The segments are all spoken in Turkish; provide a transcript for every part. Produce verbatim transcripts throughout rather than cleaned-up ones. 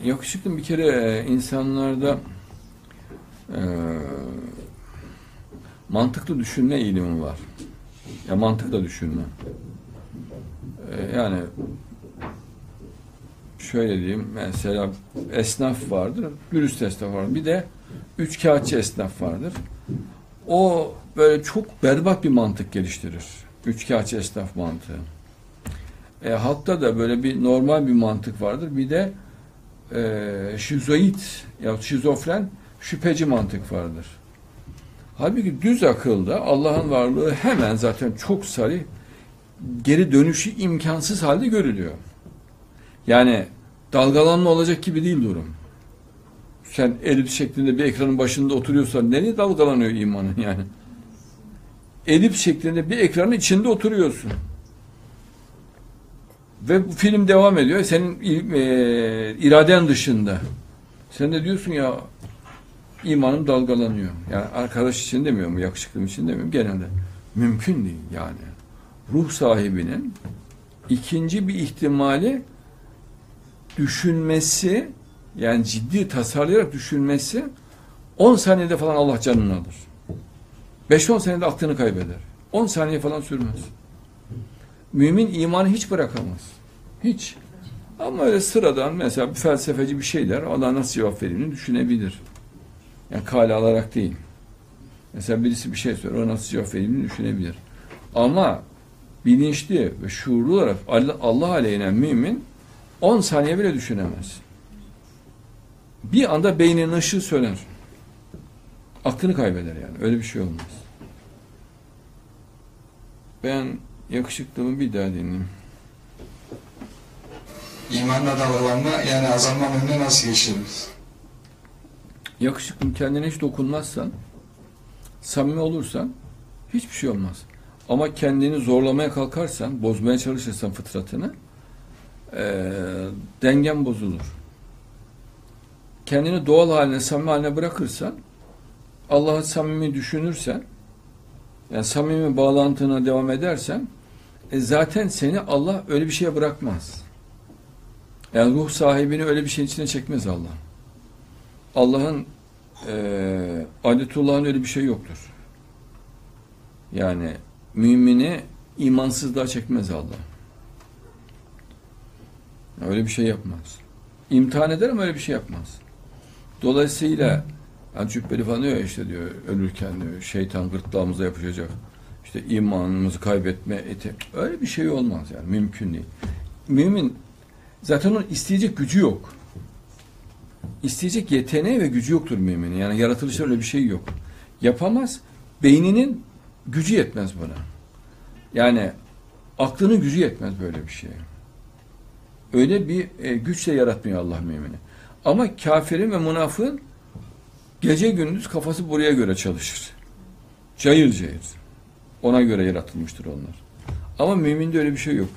Yakışıklı bir kere e, insanlarda e, mantıklı düşünme eğilimi var. Ya mantıkla düşünme. E, yani şöyle diyeyim, mesela esnaf vardır, dürüst esnaf vardır. Bir de üçkağıtçı esnaf vardır. O böyle çok berbat bir mantık geliştirir. Üçkağıtçı esnaf mantığı. E, halkta da böyle bir normal bir mantık vardır. Bir de e, şizoid ya şizofren şüpheci mantık vardır. Halbuki düz akılda Allah'ın varlığı hemen zaten çok sarı, geri dönüşü imkansız halde görülüyor. Yani dalgalanma olacak gibi değil durum. Sen elip şeklinde bir ekranın başında oturuyorsan nereye dalgalanıyor imanın yani? Elip şeklinde bir ekranın içinde oturuyorsun. Ve bu film devam ediyor. Senin e, iraden dışında. Sen de diyorsun ya imanım dalgalanıyor. Yani arkadaş için demiyorum, yakışıklım için demiyorum. Genelde mümkün değil yani. Ruh sahibinin ikinci bir ihtimali düşünmesi, yani ciddi tasarlayarak düşünmesi on saniyede falan Allah canını alır. beş on saniyede aklını kaybeder. on saniye falan sürmez. Mümin imanı hiç bırakamaz. Hiç. Ama öyle sıradan mesela bir felsefeci bir şey der, ona nasıl cevap verdiğini düşünebilir. Yani kale alarak değil. Mesela birisi bir şey söyler, ona nasıl cevap verdiğini düşünebilir. Ama bilinçli ve şuurlu olarak Allah, Allah aleyhine mümin on saniye bile düşünemez. Bir anda beyninin ışığı söner. Aklını kaybeder yani. Öyle bir şey olmaz. Ben yakışıklımı bir daha dinleyeyim. İmanla dalgalanma yani azalma önüne nasıl geçiriz? Yakışıklım kendine hiç dokunmazsan, samimi olursan hiçbir şey olmaz. Ama kendini zorlamaya kalkarsan, bozmaya çalışırsan fıtratını, ee, dengen bozulur. Kendini doğal haline, samimi haline bırakırsan, Allah'ı samimi düşünürsen, yani samimi bağlantına devam edersen, e zaten seni Allah öyle bir şeye bırakmaz. Yani ruh sahibini öyle bir şeyin içine çekmez Allah. Allah'ın e, adetullah'ın öyle bir şey yoktur. Yani mümini imansızlığa çekmez Allah. Öyle bir şey yapmaz. İmtihan eder ama öyle bir şey yapmaz. Dolayısıyla yani Cübbeli falan diyor işte diyor ölürken diyor şeytan gırtlağımıza yapışacak. İşte imanımızı kaybetme eti. Öyle bir şey olmaz yani. Mümkün değil. Mümin zaten onun isteyecek gücü yok. İsteyecek yeteneği ve gücü yoktur müminin. Yani yaratılışta öyle bir şey yok. Yapamaz. Beyninin gücü yetmez buna. Yani aklının gücü yetmez böyle bir şeye. Öyle bir e, güçle yaratmıyor Allah mümini. Ama kafirin ve münafığın gece gündüz kafası buraya göre çalışır. Cayır cayır. Ona göre yaratılmıştır onlar. Ama müminde öyle bir şey yok.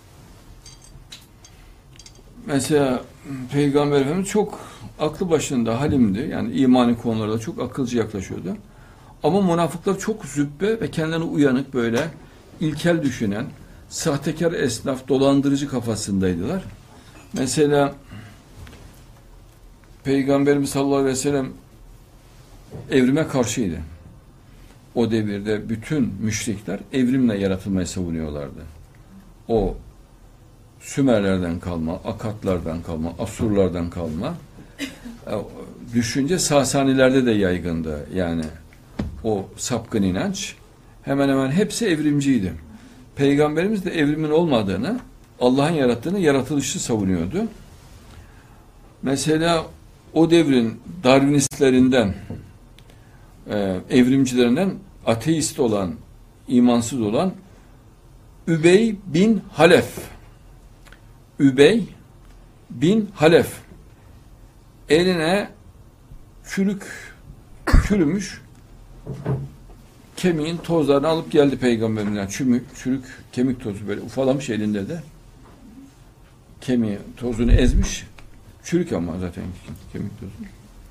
Mesela Peygamber Efendimiz çok aklı başında, halimdi. Yani imani konularda çok akılcı yaklaşıyordu. Ama münafıklar çok züppe ve kendilerine uyanık böyle ilkel düşünen, sahtekar esnaf, dolandırıcı kafasındaydılar. Mesela Peygamberimiz sallallahu aleyhi ve sellem evrime karşıydı. O devirde bütün müşrikler evrimle yaratılmayı savunuyorlardı. O Sümerlerden kalma, Akatlardan kalma, Asurlardan kalma düşünce Sasanilerde de yaygındı. Yani o sapkın inanç hemen hemen hepsi evrimciydi. Peygamberimiz de evrimin olmadığını, Allah'ın yarattığını, yaratılışı savunuyordu. Mesela o devrin Darwinistlerinden, evrimcilerinden ateist olan, imansız olan Übey bin Halef. Übey bin Halef eline çürük, çürümüş kemiğin tozlarını alıp geldi Peygamberimden. Çürük, çürük kemik tozu böyle ufalamış elinde de. Kemiği tozunu ezmiş. Çürük ama zaten kemik tozu.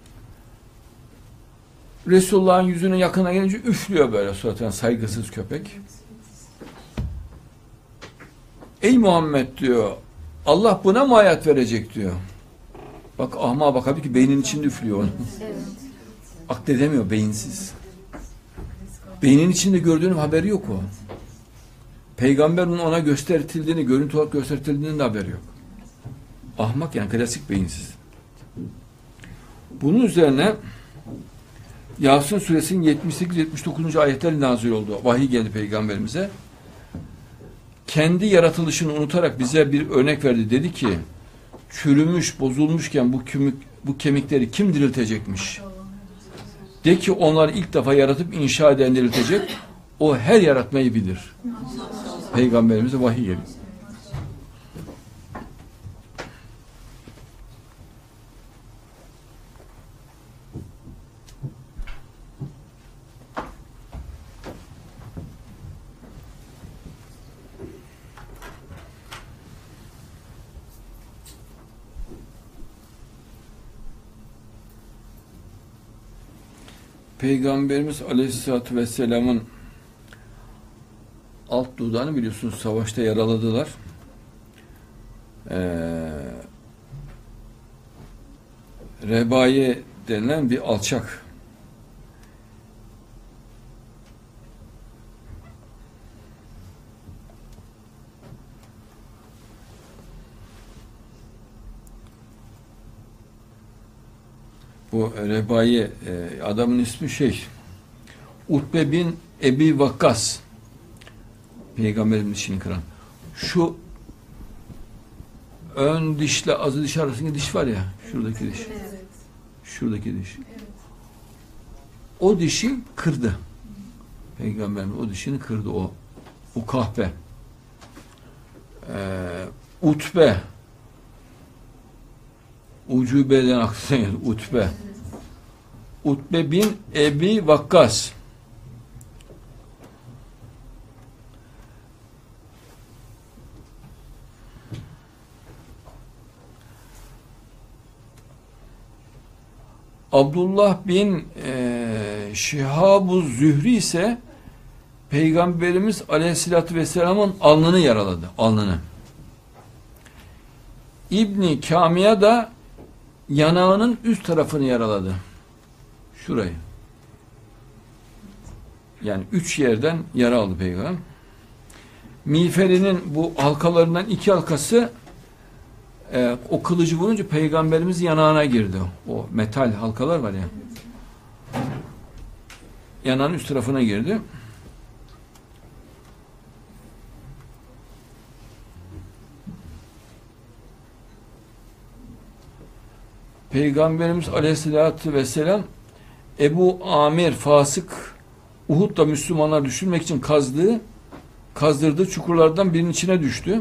Resulullah'ın yüzünün yakına gelince üflüyor böyle zaten saygısız köpek. Ey Muhammed diyor, Allah buna mı hayat verecek diyor. Bak ahmağa bak abi ki beynin içinde üflüyor onu. Akledemiyor, beyinsiz. Beynin içinde gördüğünün haberi yok o. Peygamberin ona göstertildiğini, görüntü olarak göstertildiğinin de haberi yok. Ahmak yani klasik beyinsiz. Bunun üzerine Yasin suresinin yetmiş sekiz yetmiş dokuz. ayetler nazil oldu. Vahiy geldi peygamberimize. Kendi yaratılışını unutarak bize bir örnek verdi. Dedi ki çürümüş, bozulmuşken bu, kümük, bu kemikleri kim diriltecekmiş? De ki onları ilk defa yaratıp inşa eden diriltecek. O her yaratmayı bilir. Peygamberimize vahiy geliyor. Peygamberimiz Aleyhisselatü Vesselam'ın alt dudağını biliyorsunuz savaşta yaraladılar. Ee, Rebaye denilen bir alçak bu Rebaye e, adamın ismi şey Utbe bin Ebi Vakkas, Peygamberin dişini kıran. Şu ön dişle azı diş arasındaki diş var ya, şuradaki diş. Evet. Şuradaki diş. Evet. O dişi kırdı. Peygamberin o dişini kırdı o. O kahpe. Ee, Utbe. Ucube'den aklına geldi. Utbe. Utbe bin Ebi Vakkas. Abdullah bin e, Şihab-ı Zühri ise Peygamberimiz Aleyhisselatü Vesselam'ın alnını yaraladı. Alnını. İbni Kamiya da yanağının üst tarafını yaraladı. Şurayı. Yani üç yerden yara aldı Peygamber. Miğferinin bu halkalarından iki halkası e, o kılıcı vurunca Peygamberimiz yanağına girdi. O metal halkalar var ya. Yanağın üst tarafına girdi. Peygamberimiz Aleyhisselatü Vesselam Ebu Amir fasık Uhud'da Müslümanlar düşürmek için kazdığı kazdırdığı çukurlardan birinin içine düştü.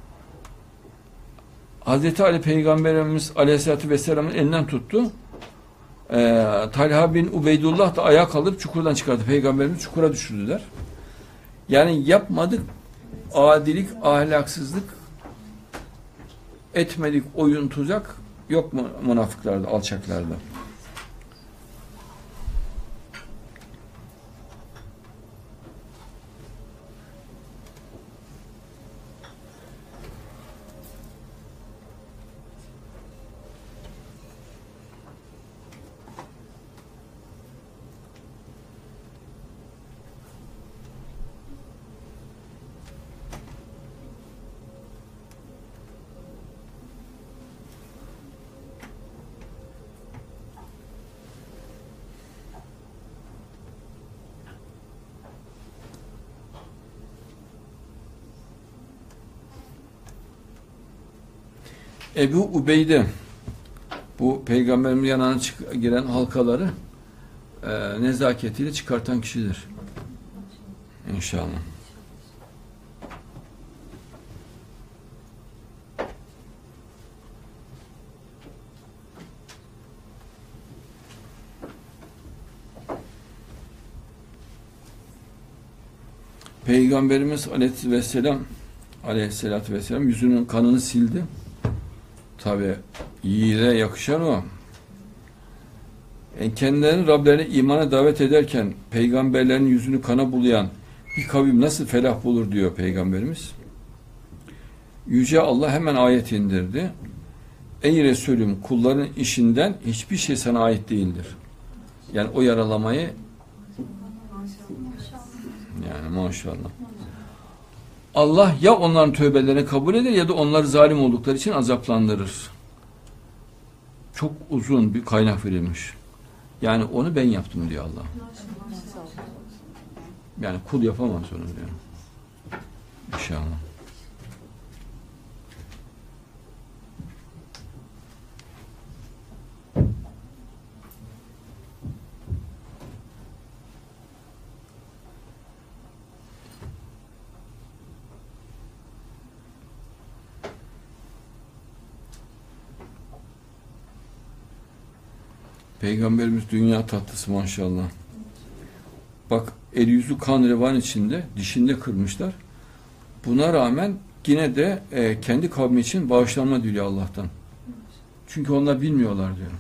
Hazreti Ali Peygamberimiz Aleyhisselatü Vesselam'ın elinden tuttu. Ee, Talha bin Ubeydullah da ayağa kaldırıp çukurdan çıkardı. Peygamberimiz çukura düşürdüler. Yani yapmadık adilik, ahlaksızlık etmedik oyun tuzak yok mu münafıklarda, alçaklarda? Ebu Ubeyde bu Peygamberimiz yanına giren halkaları e, nezaketiyle çıkartan kişidir. İnşallah. Peygamberimiz Aleyhisselam Aleyhisselatü Vesselam yüzünün kanını sildi. Tabi yiğide yakışan o. Yani kendilerini Rablerine imana davet ederken peygamberlerin yüzünü kana bulayan bir kavim nasıl felah bulur diyor Peygamberimiz. Yüce Allah hemen ayet indirdi. ey Resulüm kulların işinden hiçbir şey sana ait değildir. Yani o yaralamayı yani maşallah. Allah ya onların tövbelerini kabul eder ya da onları zalim oldukları için azaplandırır. Çok uzun bir kaynak verilmiş. Yani onu ben yaptım diyor Allah. Yani kul yapamaz onu diyor. İnşallah. Peygamberimiz dünya tatlısı maşallah. Bak el yüzü kan revan içinde, dişinde kırmışlar. Buna rağmen yine de e, kendi kavmi için bağışlanma diliyor Allah'tan. Çünkü onlar bilmiyorlar diyor.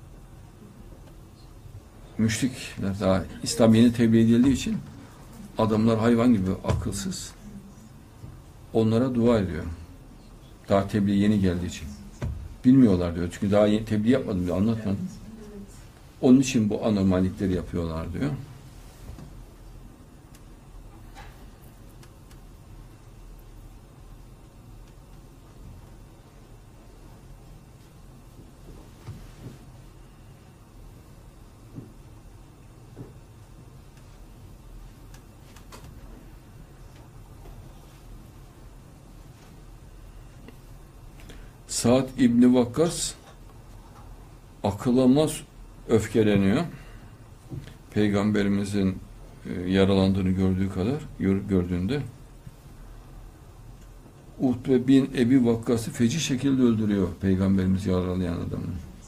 Müşrikler daha İslam yeni tebliğ edildiği için adamlar hayvan gibi akılsız. Onlara dua ediyor. Daha tebliğ yeni geldiği için. Bilmiyorlar diyor. Çünkü daha yeni tebliğ yapmadım diyor, anlatmadım. Onun için bu anormallikleri yapıyorlar diyor. Sa'd İbni Vakkas akıl almaz öfkeleniyor. Peygamberimizin e, yaralandığını gördüğü kadar gördüğünde Utbe bin Ebi Vakkas'ı feci şekilde öldürüyor Peygamberimiz yaralayan adamı.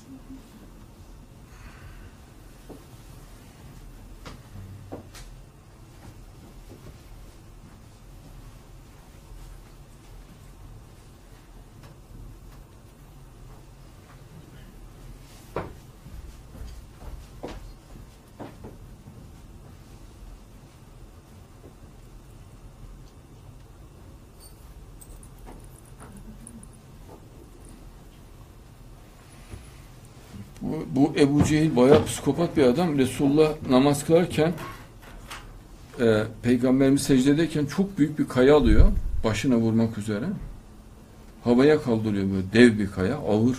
Bu, bu Ebu Cehil bayağı psikopat bir adam. Resulullah namaz kılarken e, Peygamberimiz secdedeyken çok büyük bir kaya alıyor. Başına vurmak üzere. Havaya kaldırıyor böyle dev bir kaya. Ağır.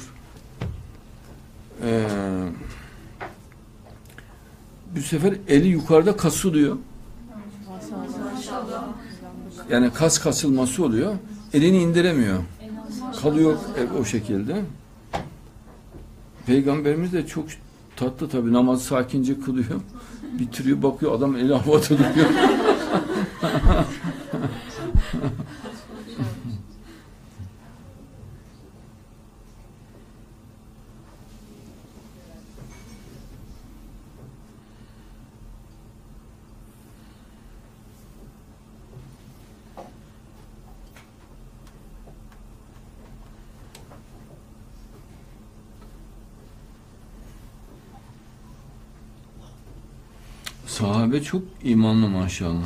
E, bu sefer eli yukarıda kasılıyor. Yani kas kasılması oluyor. Elini indiremiyor. Kalıyor e, o şekilde. Peygamberimiz de çok tatlı tabii, namazı sakince kılıyor. Bitiriyor, bakıyor adam eli havada duruyor. Sahabe çok imanlı maşallah.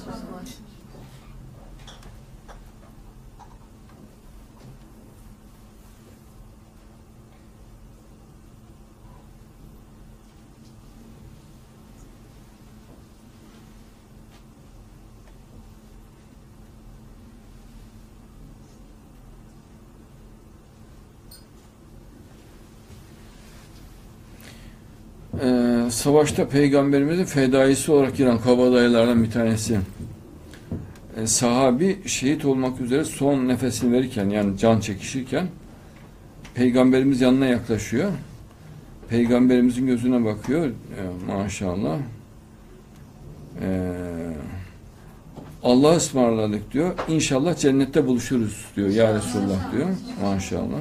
Ee, savaşta Peygamberimizin fedaisi olarak giren kabadayılardan bir tanesi. Ee, sahabi şehit olmak üzere son nefesini verirken, yani can çekişirken Peygamberimiz yanına yaklaşıyor. Peygamberimizin gözüne bakıyor. Ee, maşallah. Ee, Allah'a ısmarladık diyor. İnşallah cennette buluşuruz diyor. Ya Resulullah diyor. Maşallah.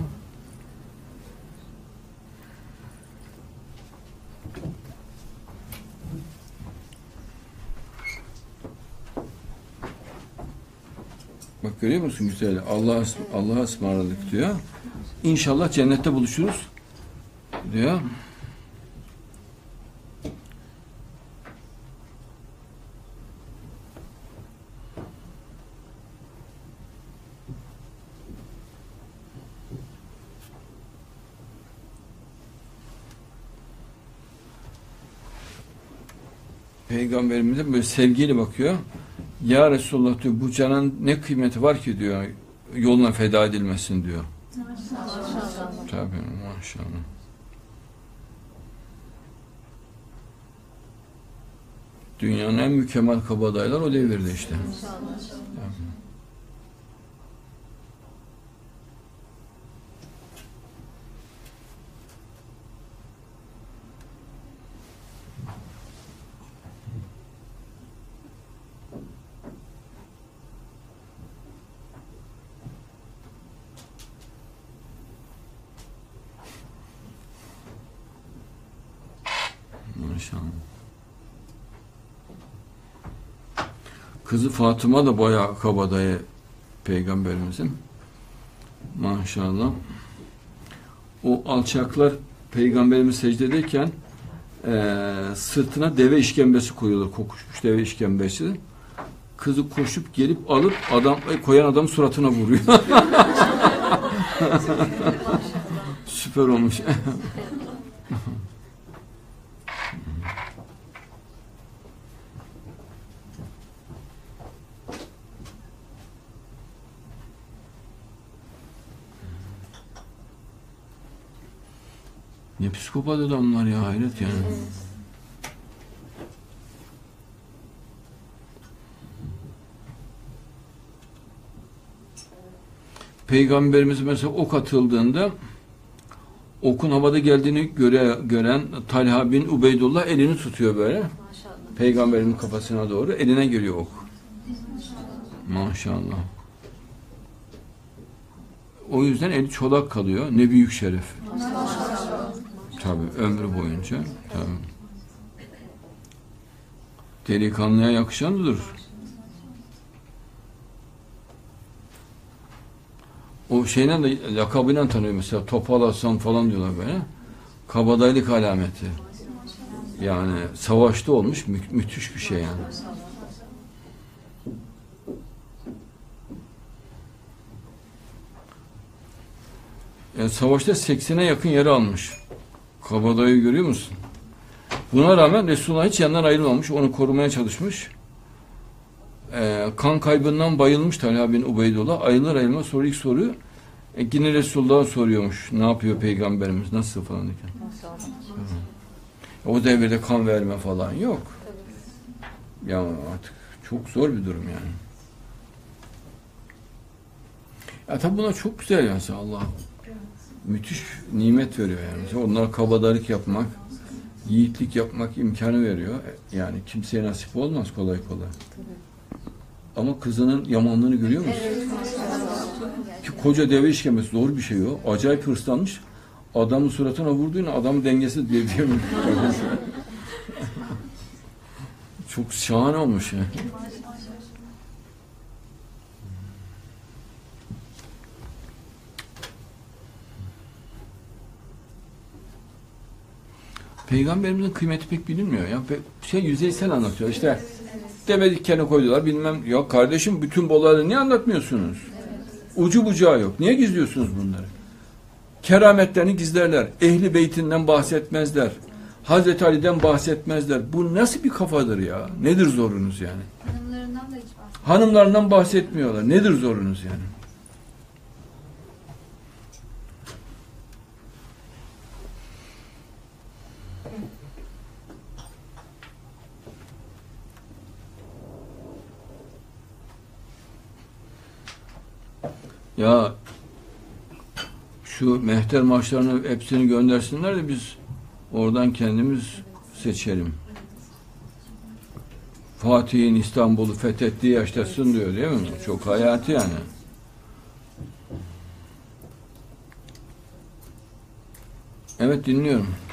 Bak görüyor musun güzel? Allah'a Allah'a ısmarladık diyor. İnşallah cennette buluşuruz diyor. Peygamberimize böyle sevgiyle bakıyor. Ya Resulullah diyor, bu canın ne kıymeti var ki diyor, yoluna feda edilmesin diyor. Maşallah. Tabii, maşallah. Dünyanın en mükemmel kabadayılar o devirde işte. Tabii. Maşallah. Kızı Fatıma da bayağı kabadayı peygamberimizin. Maşallah. O alçaklar peygamberimiz secdedeyken e, sırtına deve işkembesi koyuyorlar. Kokuşmuş deve işkembesi. Kızı koşup gelip alıp adam koyan adam suratına vuruyor. Süper olmuş. Ne psikopat adamlar ya, hayret yani. Peygamberimiz mesela ok atıldığında okun havada geldiğini göre, gören Talha bin Ubeydullah elini tutuyor böyle. Maşallah. Peygamberin kafasına doğru eline geliyor ok. Maşallah. O yüzden eli çolak kalıyor. Ne büyük şeref. Maşallah. Tabii ömrü boyunca. Tabii. Delikanlıya yakışandır. O şeyle de lakabıyla tanıyor mesela, Topal Hasan falan diyorlar böyle. Kabadayılık alameti. Yani savaşta olmuş mü müthiş bir şey yani. Yani savaşta seksene yakın yere almış. Kabadayı görüyor musun? Buna rağmen Resulullah hiç yanından ayrılmamış. Onu korumaya çalışmış. Ee, kan kaybından bayılmış Talha bin Ubeydullah. Ayrılır ayrılmaz soru ilk soruyu e, yine Resulullah'a soruyormuş. Ne yapıyor peygamberimiz? Nasıl falan diye. O devirde kan verme falan yok. Ya artık çok zor bir durum yani. Ya tabi buna çok güzel yani, Allah müthiş nimet veriyor yani. Mesela onlara kabadayılık yapmak, yiğitlik yapmak imkanı veriyor. Yani kimseye nasip olmaz kolay kolay. Ama kızının yamanlığını görüyor musun? Ki koca deve işkembesi zor bir şey o. Acayip hırslanmış. Adamın suratına vurduğunda adam dengesiz diye diyor. Çok şahane olmuş yani. Peygamberimizin kıymeti pek bilinmiyor ya. Şey yüzeysel anlatıyor. İşte deve dikkeni koydular bilmem. Ya kardeşim, bütün bu olayları niye anlatmıyorsunuz? Ucu bucağı yok. Niye gizliyorsunuz bunları? Kerametlerini gizlerler. Ehli beytinden bahsetmezler. Hazreti Ali'den bahsetmezler. Bu nasıl bir kafadır ya? Nedir zorunuz yani? Hanımlarından da hiç bahsetmiyor. Hanımlarından bahsetmiyorlar. Nedir zorunuz yani? Ya şu mehter maçlarını hepsini göndersinler de biz oradan kendimiz seçelim. Fatih'in İstanbul'u fethettiği yaştasın diyor değil mi? Çok hayati yani. Evet, dinliyorum.